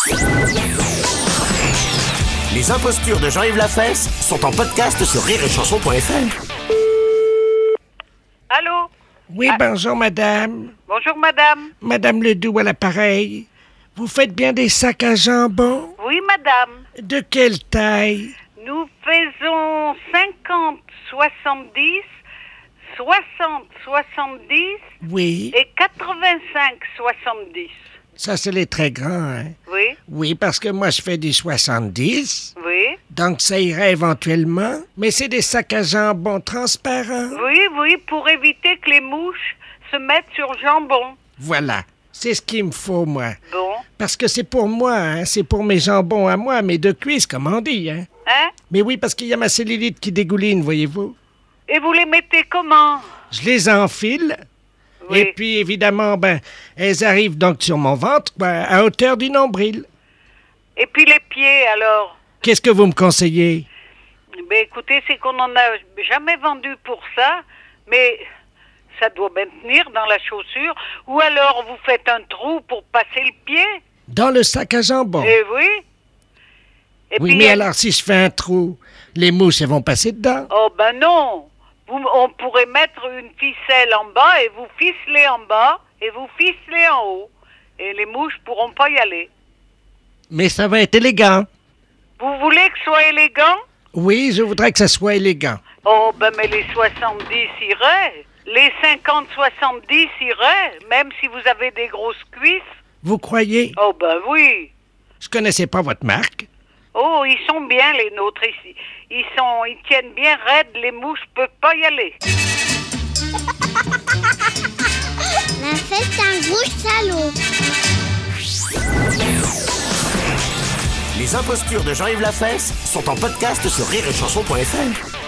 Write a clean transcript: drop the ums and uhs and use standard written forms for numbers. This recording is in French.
Les impostures de Jean-Yves Lafesse sont en podcast sur rireetchanson.fr. Allô? Oui, bonjour madame. Bonjour madame. Madame Ledoux à l'appareil. Vous faites bien des sacs à jambon? Oui madame. De quelle taille? Nous faisons 50, 70, 60, 70 Oui, et 85, 70. ça c'est les très grands, hein? Oui, Oui, parce que moi je fais du 70, oui, donc ça irait éventuellement. Mais c'est des sacs à jambon transparents. oui, pour éviter que les mouches se mettent sur le jambon. Voilà, c'est ce qu'il me faut, moi. Bon, Parce que c'est pour moi, hein? C'est pour mes jambons à moi, mes deux cuisses, comme on dit, hein? hein? Mais oui, parce qu'il y a ma cellulite qui dégouline, voyez-vous. Et vous les mettez comment? Je les enfile. Oui. Et puis, évidemment, elles arrivent donc sur mon ventre, à hauteur du nombril. Et puis les pieds alors? Qu'est-ce que vous me conseillez? Ben écoutez, c'est qu'on n'en a jamais vendu pour ça, mais ça doit bien tenir dans la chaussure. Ou alors vous faites un trou pour passer le pied. Dans le sac à jambon. Eh oui. Et Oui, puis, mais alors, si je fais un trou, les mouches, elles vont passer dedans. Oh ben non. On pourrait mettre une ficelle en bas et vous ficeler en bas et vous ficeler en haut. Et les mouches pourront pas y aller. Mais ça va être élégant. Vous voulez que ce soit élégant? Oui, je voudrais que ça soit élégant. Oh ben mais les 70 iraient. Les 50-70 iraient, même si vous avez des grosses cuisses. Vous croyez? Oh ben oui. Je connaissais pas votre marque. Oh, ils sont bien les nôtres ici. Ils tiennent bien raides, les mouches peuvent pas y aller. La fête, c'est un gros salaud. Les impostures de Jean-Yves Lafesse sont en podcast sur rireetchanson.fr.